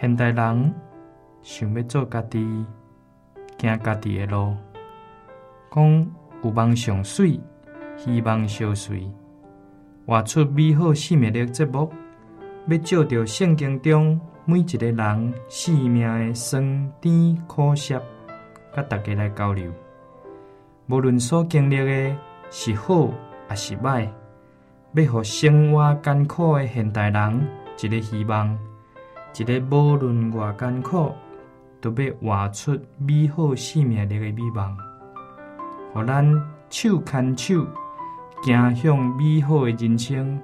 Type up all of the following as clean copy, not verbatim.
现代人想要做家己，行家己的路，讲有梦上水，希望相随，活出美好生命力节目，要照着圣经中每一个人生命的酸甜苦涩，甲大家来交流。无论所经历的是好还是歹，要互生活艰苦的现代人一个希望，一个无论偌艰苦，都要活出美好生命力的美梦，互咱手牵手，行向美好的人生。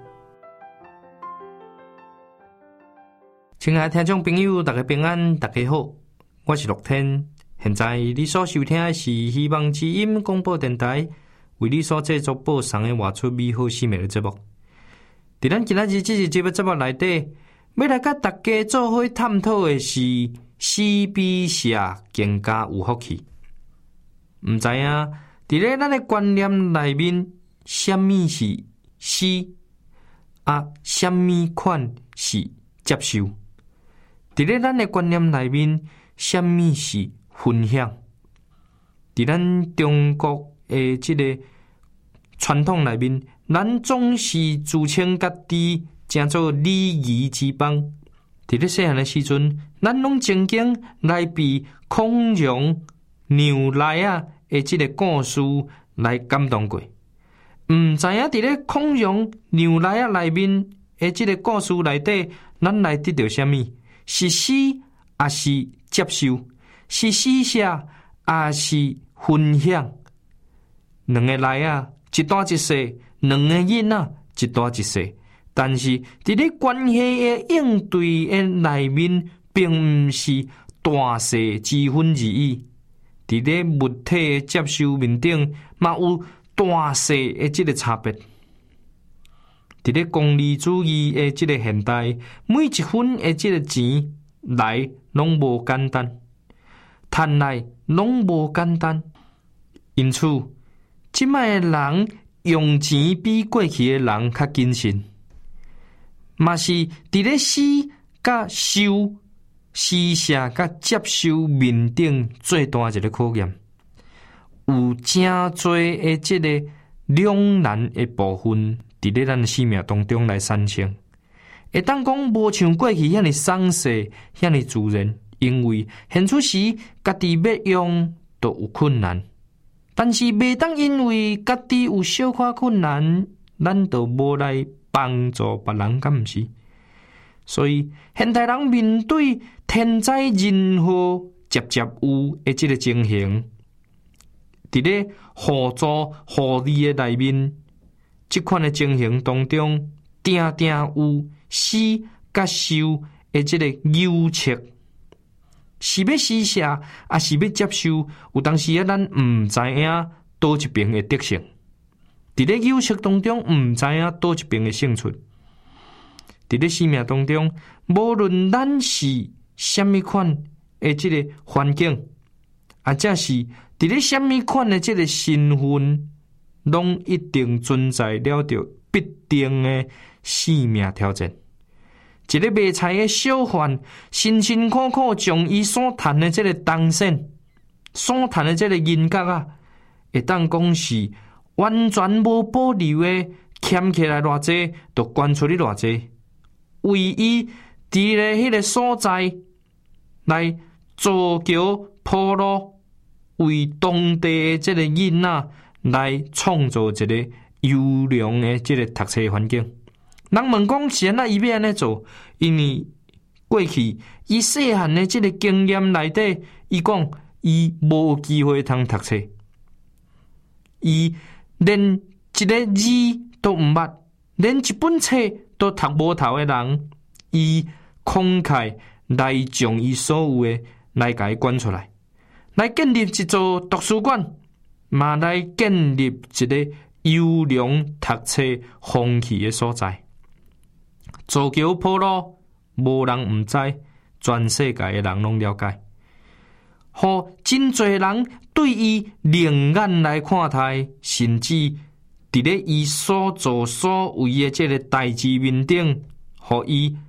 亲爱的听众朋友，大家平安，大家好，我是乐天。现在你所收听的是希望之音广播电台为你所制作播送的活出美好生命的节目。在咱今仔日这节目内底，要来甲大家做伙探讨的是死比社更加有福气。唔知影，伫咧咱的观念内面，什么是死什么款是接受？伫咧咱的观念内面，什么是分享？伫咱中国的这个传统内面，咱总是自称家己称作礼仪之邦。伫咧细汉的时阵，咱拢曾经来被孔融、牛奶的这个故事来感动过。唔知影伫咧孔融、牛奶内面的这个故事内底，咱来得到什么？是死还是接受？是施舍还是分享？两个来一大一小，两个囡仔一大一小，但是伫咧关系的应对的内面，并唔是大小之分而已。伫咧物体的接受面顶，嘛有大小的这个差别。伫咧功利主义的这个现代，每一分的这个钱来拢无简单。赚来拢无简单，因此，即摆的人用钱比过去的人较谨慎，嘛是伫咧施甲受、施舍甲接受面顶最大一个考验，有真侪的即个两难的部分，伫咧咱的生命当中来产生，会当讲无像过去遐尼松势、遐尼自然。因为现出时家己要用都有困难，但是袂当因为家己有小可困难，咱就无来帮助别人，敢毋是？所以现代人面对天灾人祸节有的这个情形，伫咧互助互利的内面，这款的情形当中，定定有死甲受的这个优切。是要施舍，还是要接受？有当时咱唔知影倒一边的得胜，伫咧有色当中唔知影倒一边的胜出。伫咧生命当中，无论咱是什么款的这个环境，或者是伫咧什么款的这个身份，拢一定存在了着必定的生命挑战。一个卖菜的小贩，辛辛苦苦将伊所赚的这个铜线、所赚的这个银角会当讲是完全无保留的，欠起来偌济，就捐出去偌济，为伊伫咧迄个所在来造桥铺路，为当地的这个囡仔来创造一个优良的这个读册环境。人问讲是安那伊要安尼做，因为过去伊细汉的这个经验内底，伊讲伊无机会通读册，伊连一个字都毋捌，连一本册都读无透的人，伊慷慨来将伊所有的来甲伊捐出来，来建立一座图书馆，嘛来建立一个优良读册风气的所在。造桥铺路，无人毋知，全世界的人拢了解。互真侪人对伊另眼来看待，甚至伫咧伊所做所为的这个代志面顶，互伊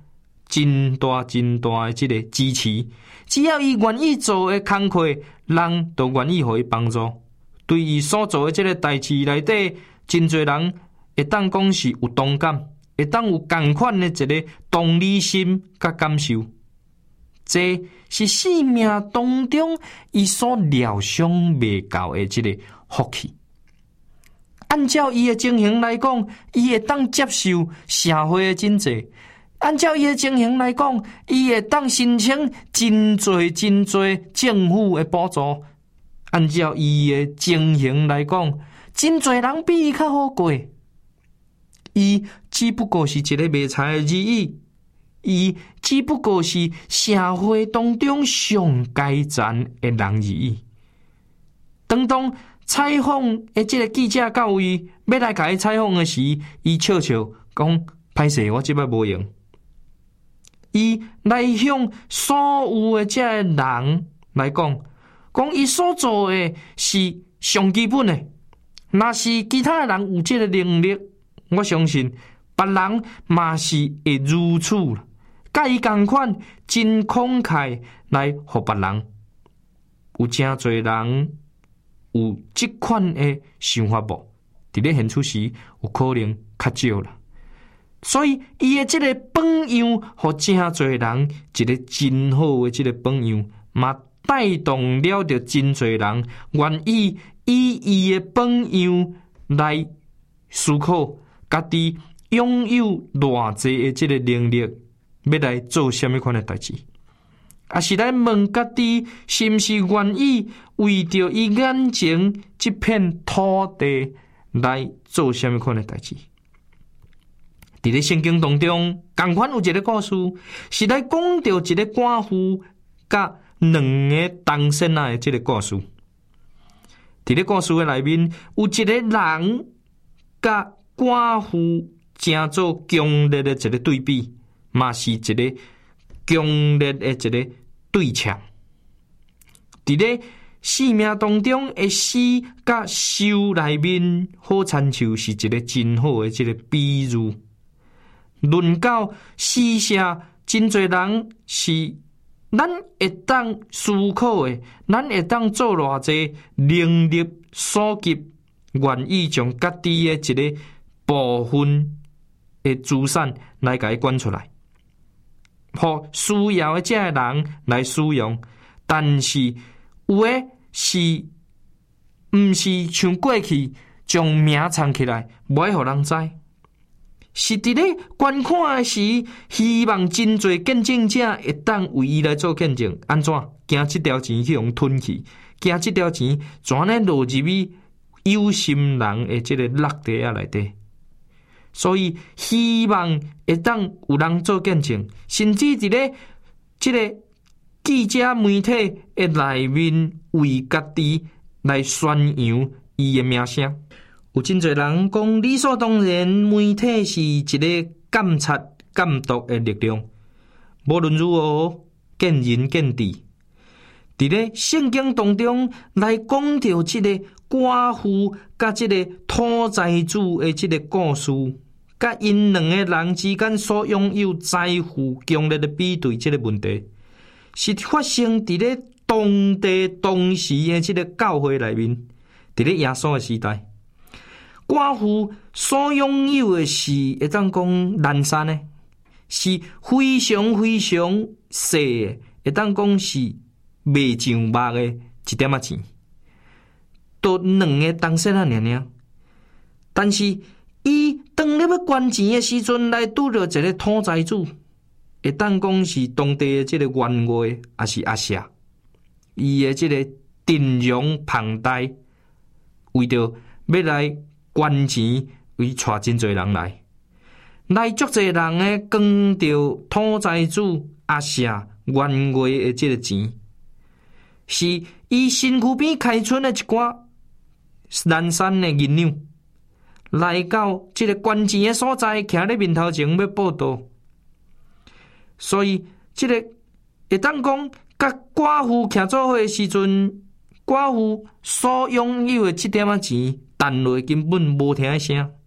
真大的这个支持，只要伊愿意做的工课，人都愿意互伊帮助。对伊所做的这个代志内底，真侪人会当讲是有同感，会当有同款的一个同理心甲感受。这是生命当中伊所料想未到的这个福气。按照伊的情形来讲，伊会当接受社会的真济；按照伊的情形来讲，伊会当申请真侪政府的补助；按照伊的情形来讲，真侪人比伊较好过。伊只不过是一个卖菜的而已，伊只不过是社会当中上阶层的人而已。当采访的这个记者到位，要来甲伊采访的时，伊笑笑讲：歹势，我即摆无用。伊来向所有的这个人来讲伊所做的是上基本的。若是其他的人有这个能力，我相信别人嘛是会如此，甲伊同款真慷慨来互别人。有真侪人有这款的想法无？伫咧现处时有可能较少啦。所以伊的这个榜样，互真侪人一个真好的这个榜样，嘛带动了着真侪人愿意以伊的榜样来思考，家己拥有偌济的这个能力，要来做什么款的代志。也是来问家己，是毋是愿意为着伊眼前这片土地来做什么款的代志？伫咧圣经当中，同款有一个故事，是来讲到一个寡妇甲两个童生仔的这个故事。伫咧故事的内面，有一个人甲寡妇正做强烈的一个对比，嘛是一个强烈的一个对呛。伫咧生命当中的死甲受内面，好亲像是一个真好的一个比喻。论到死者，真侪人是咱会当思考的，咱会当做偌济能力所及，愿意将家己的一个部分的资产来甲伊捐出来，互需要的这个人来使用。但是有的是毋是像过去将名藏起来，不爱互人知，是伫咧捐款的时，希望真侪见证者会当为伊来做见证。安怎惊这条钱去用吞去？惊这条钱怎呢落入去有心人的这个落地啊内底？所以希望会当有人做见证，甚至伫咧这个记者媒体的内面为家己来宣扬伊的名声。有真侪人讲，理所当然，媒体是一个监察、监督的力量。无论如何，见仁见智。伫咧圣经当中来讲到这个寡妇甲这个土财主的这个故事，甲因两个人之间所拥有财富强烈的比对这个问题，是发生伫咧当地当时的这个教会内面，伫咧耶稣的时代。寡妇所拥有的是会当讲难产的，是非常非常小的，会当讲是未上目的一点仔钱，都两个童生仔尔尔。但是伊当咧要捐钱的时阵，来拄着一个土财主，会当讲是当地的这个员外，也是阿舍，伊的这个阵容庞大，为着要来捐钱，为带真侪人来足侪人诶，光着土财主阿舍员外的这个钱，是伊身躯边开出的一寡难产的银两，来到这个捐钱的所在，徛咧面头前要报道。所以这个会当讲，甲寡妇徛做伙的时阵，寡妇所拥有的这点仔钱，单落根本无听声，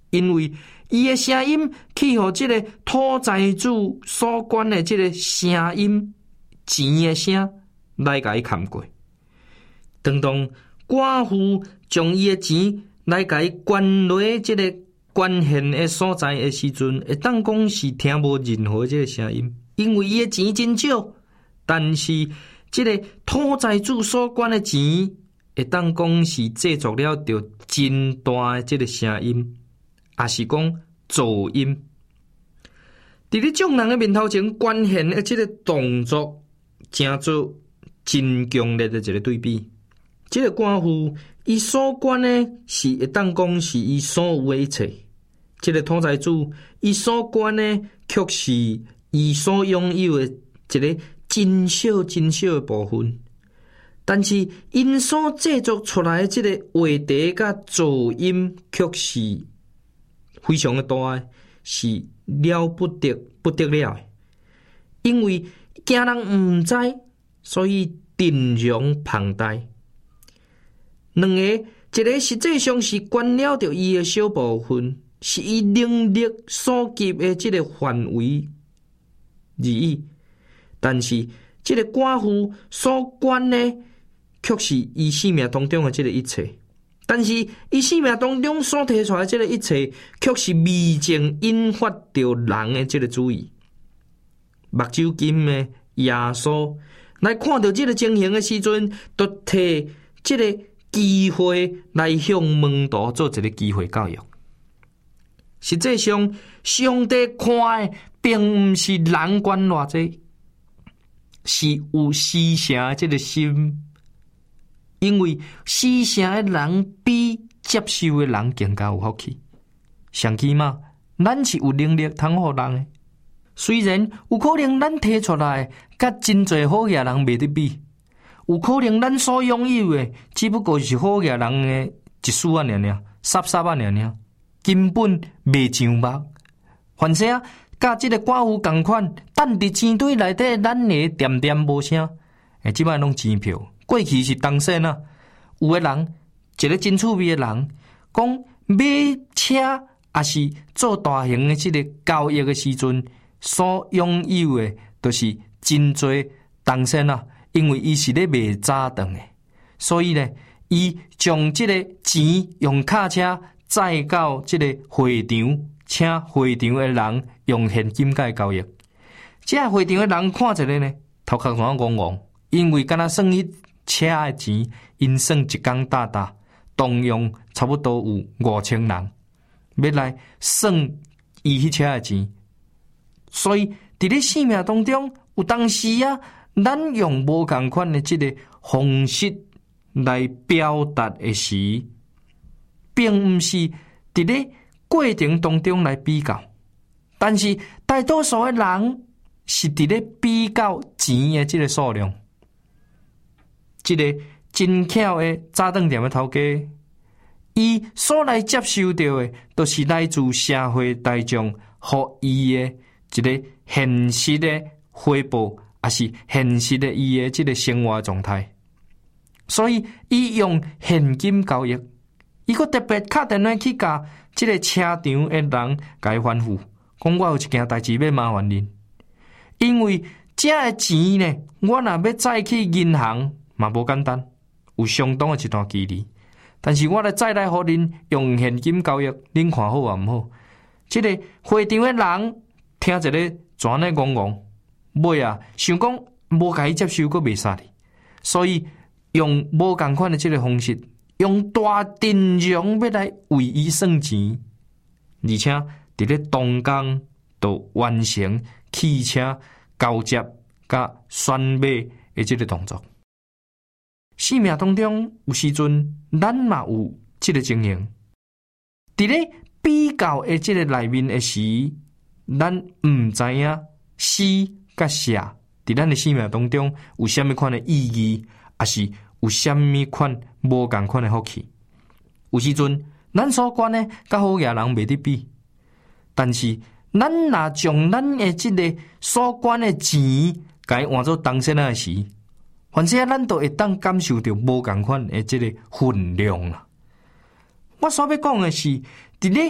因为伊的声音去互即个土财主所管的即个声音钱的声来甲伊砍过。当寡妇将伊的钱来甲伊关落即个关键的所在的时阵，会当讲是听无任何即个声音，因为伊的钱真少。但是即个土财主所管的钱，会当讲是制作了着真大的即个声音，也是讲噪音。伫咧众人的面头前，关键的即个动作，正做真强烈的一个对比。即个寡妇，伊所管的是会当讲是伊所有的一切；即个土财主，伊所管的却是伊所拥有的一个真少真少的部分。但是因所制作出来的即个话题甲噪音，却是非常的大的，是了不得了的。因为惊人毋知，所以阵容庞大。两个，一个实际上是关了着伊的小部分，是伊能力所及的即个范围而已。但是，即个寡妇所管的，却是伊生命当中的即个一切。但是，伊生命当中所提出来的即个一切，却是未曾引发着人的即个注意。目睭金的耶稣来看到即个情形的时阵，就摕即个机会来向门徒做一个机会教育。实际上，上帝看的并毋是人管偌济，是有施捨的这个心，因为施捨的人比接受的人更加有福气。上起码，咱是有能力通互人的，虽然有可能咱提出来，甲真侪好嘢人袂得比。有可能咱所拥有的只不过是好嘢人的一丝啊，尔，霎霎啊，尔，根本未上目。反正啊，甲即个寡妇同款，等伫钱堆内底，咱个点点无声。即摆拢钱票，过去是当先啊。有个人，一个真趣味的人，讲买车也是做大型的即个交易的时阵，所拥有的都是真侪当先啊。因为伊是咧卖早顿的，所以咧，伊将即个钱用卡车载到即个会场，请会场的人用现金甲伊交易。即个会场的人看一个呢，头壳转戆戆，因为敢若算迄车的钱，因算一工搭搭，动用差不多有5000人，要来算伊迄车的钱。所以伫咧生命当中，有当时啊。咱用无同款的这个方式来表达的时，并不是伫咧过程当中来比较，但是大多数的人是伫咧比较钱的这个数量。这个真巧的早顿店的头家，伊所来接受到的，都是来自社会大众互伊的一个现实的回报。也是现实的伊的这个生活状态，所以伊用现金交易，伊个特别打电话去甲这个车场的人甲伊吩咐，讲我有一件代志要麻烦恁，因为这个钱呢，我若要再去银行嘛无简单，有相当的一段距离，但是我来再来互恁用现金交易，恁看好啊毋好？这个会场的人听一个转咧戆戆。尾啊，想讲无甲伊接受，阁袂杀哩，所以用无共款的这个方式，用大阵容要来为伊算钱，而且伫咧当工就完成汽车交接甲选买的这个动作。生命当中有时阵，咱嘛有这个情形，伫咧比较的这个内面的时，咱毋知影是。甲写伫咱的生命当中有虾米款的意义，还是有虾米款无共款的福气？有时阵咱所管的甲好嘢人袂得比，但是咱若将咱的这个所管的钱，甲伊换做当先的时，反正咱都会当感受到无共款的这个分量啦。我所要讲的是，伫咧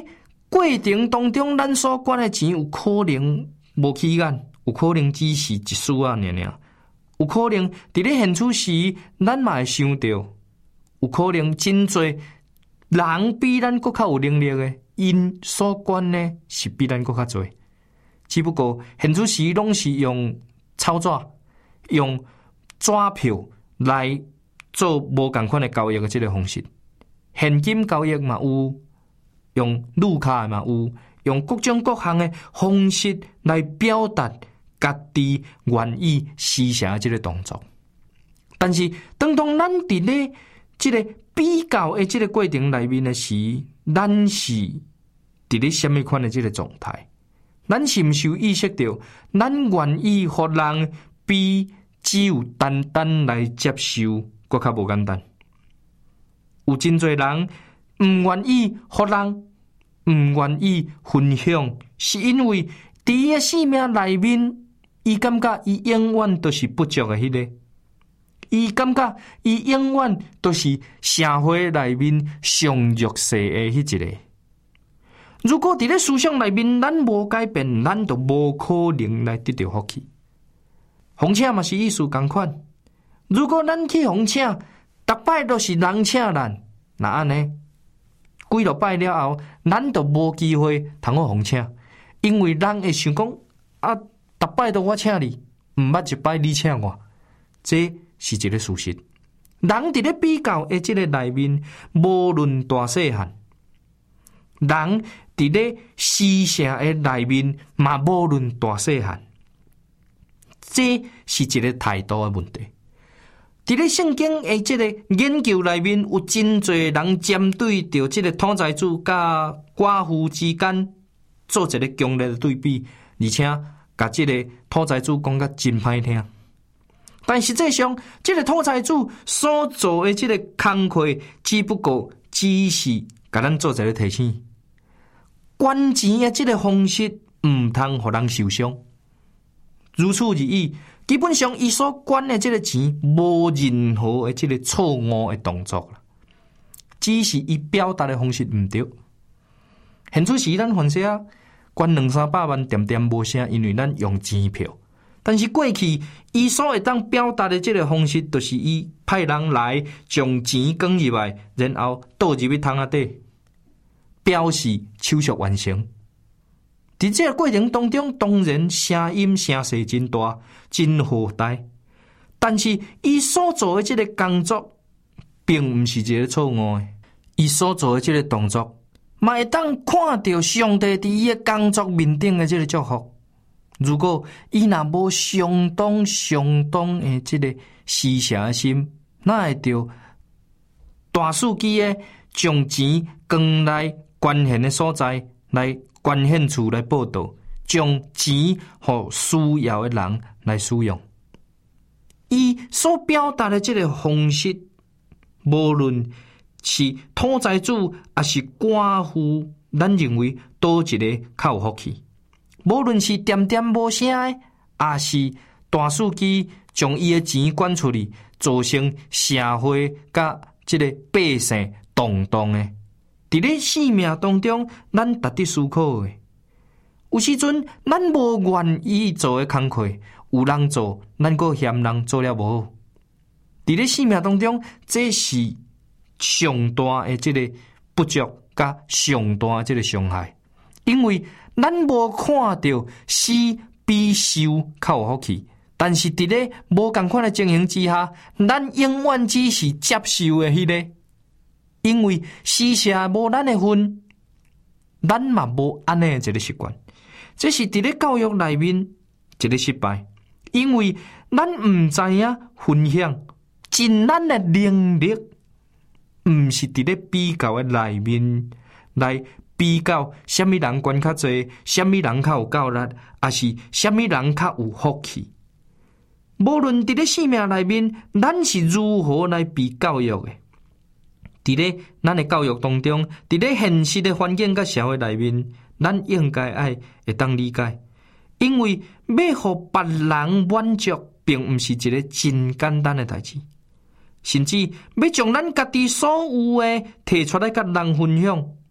过程当中，咱所管的钱有可能无起眼，有可能只是一丝啊，尔，有可能伫咧现处时，咱嘛会想到，有可能真侪人比咱更较有能力的，因所管呢是比咱更较侪。只不过现处时拢是用钞纸、用纸票来做无共款的交易的这个方式。现金交易嘛有，用路卡嘛有，用各种各项的方式来表达家己愿意施舍这个动作。但是当咱伫咧这个比较的这个过程内面的时，咱是伫咧什么款的这个状态？咱是毋是有意识到，咱愿意互人比只有单单来接受，搁较无简单。有真侪人毋愿意互人，毋愿意分享，是因为伫伊的生命内面，伊感觉伊永远都是不足的迄个，伊感觉伊永远都是社会内面上弱势的迄一个。如果伫咧思想内面咱无改变，咱就无可能来得到福气。奉请嘛是意思同款。如果咱去奉请，逐摆都是人请咱，那安尼几落摆了后，咱就无机会通好奉请，因为人会想讲啊，逐摆都我请你，毋捌一摆你请我，这是一个事实。人伫咧比较的这个内面，无论大细汉，人伫咧施舍的内面嘛，无论大细汉，这是一个态度的问题。伫咧圣经的这个研究内面，有真侪人针对着这个统财主甲寡妇之间做一个强烈的对比，而且甲这个统财主讲甲真歹听。但实际上，这个统财主所做的这个工课，只不过只是甲咱做一个提醒。管钱的这个方式唔通互人受伤，如此而已。基本上，伊所管的这个钱无任何的这个错误的动作啦，只是伊表达的方式唔对。现出时咱凡些啊，管200-300万点点无啥，因为咱用钱票。但是过去伊所会当表达的这个方式，就是伊派人来将钱放入来，然后倒入去桶仔底，表示手续完成。在这个过程当中，当然声音声势真大，真浩大。但是伊所做的这个工作，并不是一个错误的。伊所做的这个动作，嘛会当看到上帝伫伊的工作面顶的这个祝福。如果伊若无相当的这个施舍的心，哪会着大司机的将钱捐来捐献的所在来？捐献处来报道，将钱予需要的人来使用。伊所表达的这个方式，无论是统财主还是寡妇，咱认为倒一个较有福气。无论是点点无声的，还是大司机将伊的钱捐出去，造成社会甲这个百姓动荡的。伫咧生命当中，咱值得思考的。有时阵，咱无愿意做的工课，有人做，咱阁嫌人做了无好。伫咧生命当中，这是上大的这个不足，甲上大的这个伤害。因为咱无看到死比受较有福气，但是伫咧无共款的情形之下，咱永远只是接受的迄个。因为施舍无咱的份，咱嘛无安尼一个习惯，这是伫咧教育内面一个失败。因为咱唔知影分享，尽咱的能力，唔是伫咧比较的内面来比较，什么人捐较济，什么人较有教力，还是什么人较有福气。无论伫咧生命内面，咱是如何来比教育的。伫咧咱的教育当中，伫咧现实的环境甲社会内面，咱应该爱会当理解，因为要互别人满足，并毋是一个真简单的代志，甚至要将咱家己所有的摕出来甲人分享，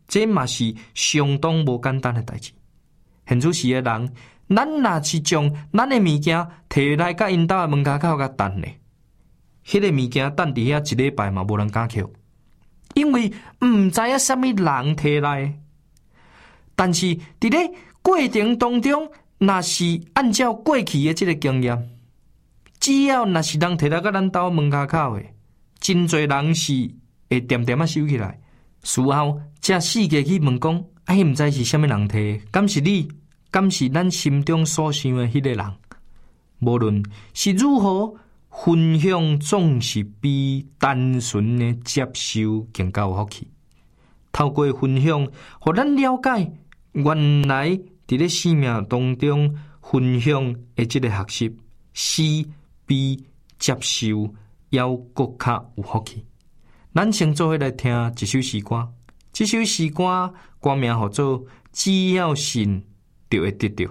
这嘛是相当无简单的代志。现主时的人，咱若是将咱的物件摕来甲因兜的门口甲等咧，迄个物件等伫遐一礼拜嘛无人敢捡，因为毋知影啥物人摕来。但是伫咧过程当中，若是按照过去的即个经验，只要若是人摕来到咱兜门口的，真侪人是会点点收起来。事后才四界去问讲，毋知是啥物人摕，敢是你，敢是咱心中所想的迄个人？无论是如何，分享总是比单纯的接受更加有福气。透过分享，互咱了解原来伫咧生命当中分享的即个学习，是比接受要更较有福气。咱先做伙来听一首诗歌，这首诗歌歌名叫做《只要信就会得到》。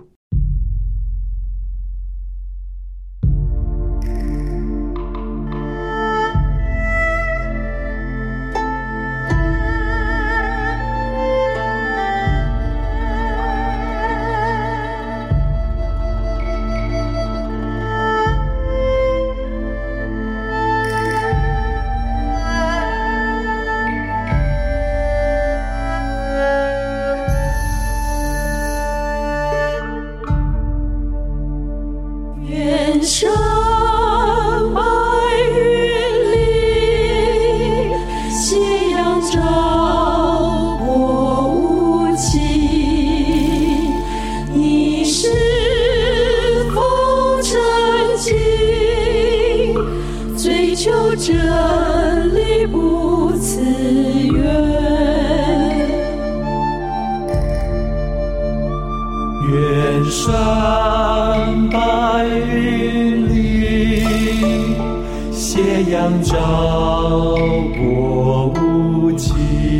远山白云里，斜阳照我无情。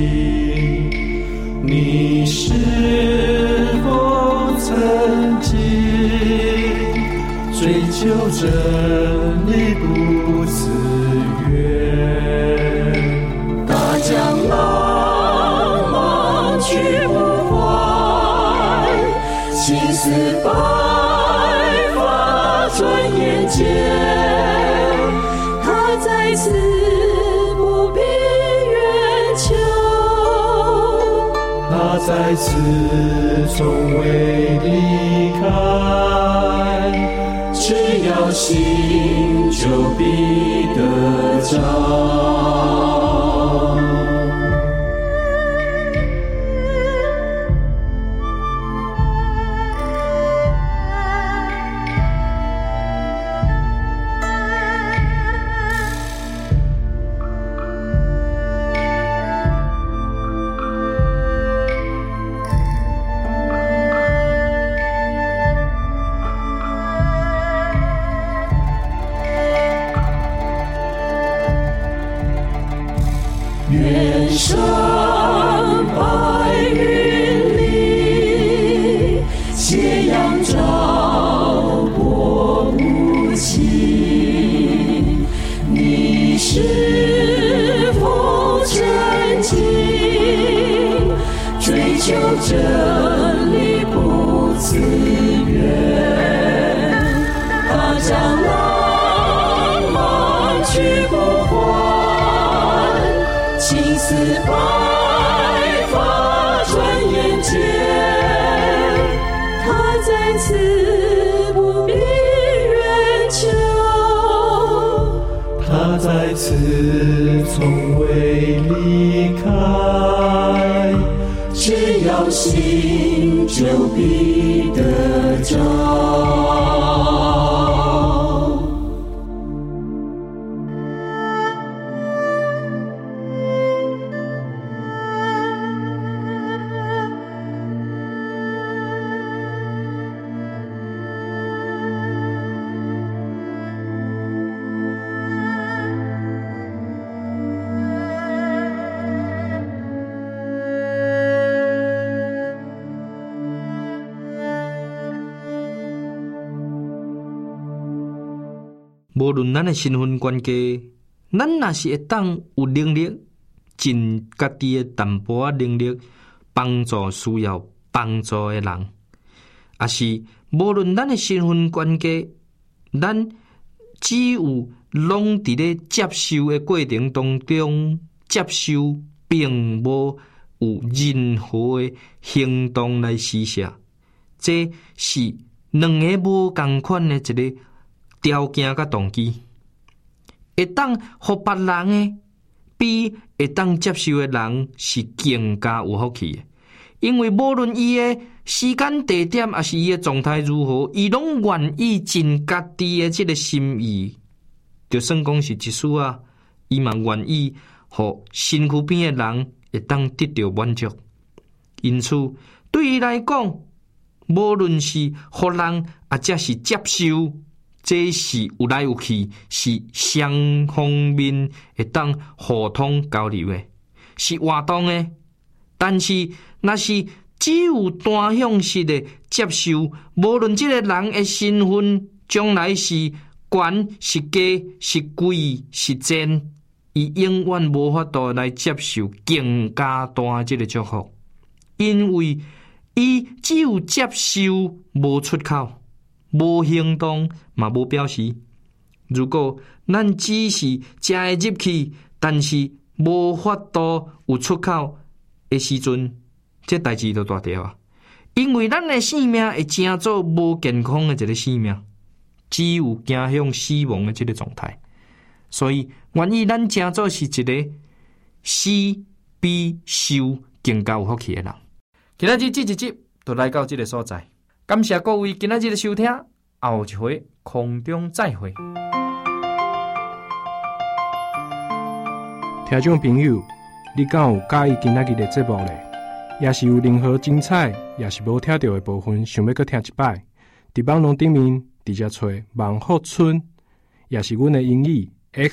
你是否曾经追求真理不自愿？大江浪漫去不还，青丝白发转眼间。他在此不必远求，他在此从未离开，只要心就必得着。远山白云里，斜阳照我无情。你是否曾经追求真理不自愿？大江浪漫去不还，青丝白发转眼间。他在此不必远求，他在此从未离开，只要心就必得着。 无论咱的身份关系，咱若是会当有能力，尽家己的淡薄仔能力， 帮助需要帮助的人，也是无论咱的身份关系，咱只有拢伫咧接受的过程当中接受，并无有任何的行动来施舍，这是两个无同款的一个条件甲动机，会当互别人的，比会当接受的人是更加有福气的。因为无论伊的时间地点，还是伊的状态如何，伊拢愿意尽家己的这个心意，就算讲是一丝啊，伊嘛愿意互身躯边的人会当得到满足。因此，对伊来讲，无论是互人或者是接受，这是有来有去，是双方面会当互通交流的，是活动的。但是，若是只有单向式的接受，无论这个人的身份将来是悬是低是贵是贱，伊永远无法度来接受更加大这个祝福，因为伊只有接受无出口，无行动嘛无表示。如果咱只是食会入去，但是无法度有出口的时阵，这代志就大条啊！因为咱的生命会成做无健康的一个生命，只有走向死亡的这个状态。所以，愿意咱成做是一个死比受更加有福气的人。今仔日这一集就来到这个所在，感谢各位今仔日的收听，后一回空中再会。 听众朋友，你敢有介意今仔日的节目呢？也是有任何精彩，也是无听到的部分，想要搁听一摆，伫网络顶面直接找万福村，也是阮的英语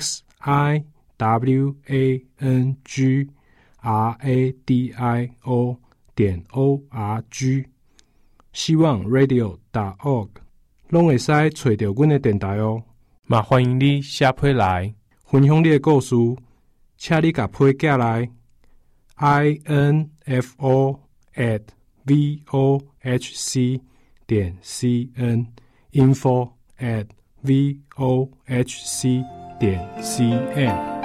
XIWANGRADIO.org， 希望 radio.org， 拢会使找到阮的电台哦。嘛欢迎你写批来分享你的故事，请你甲批寄来。info@vohc.cn info@vohc.cn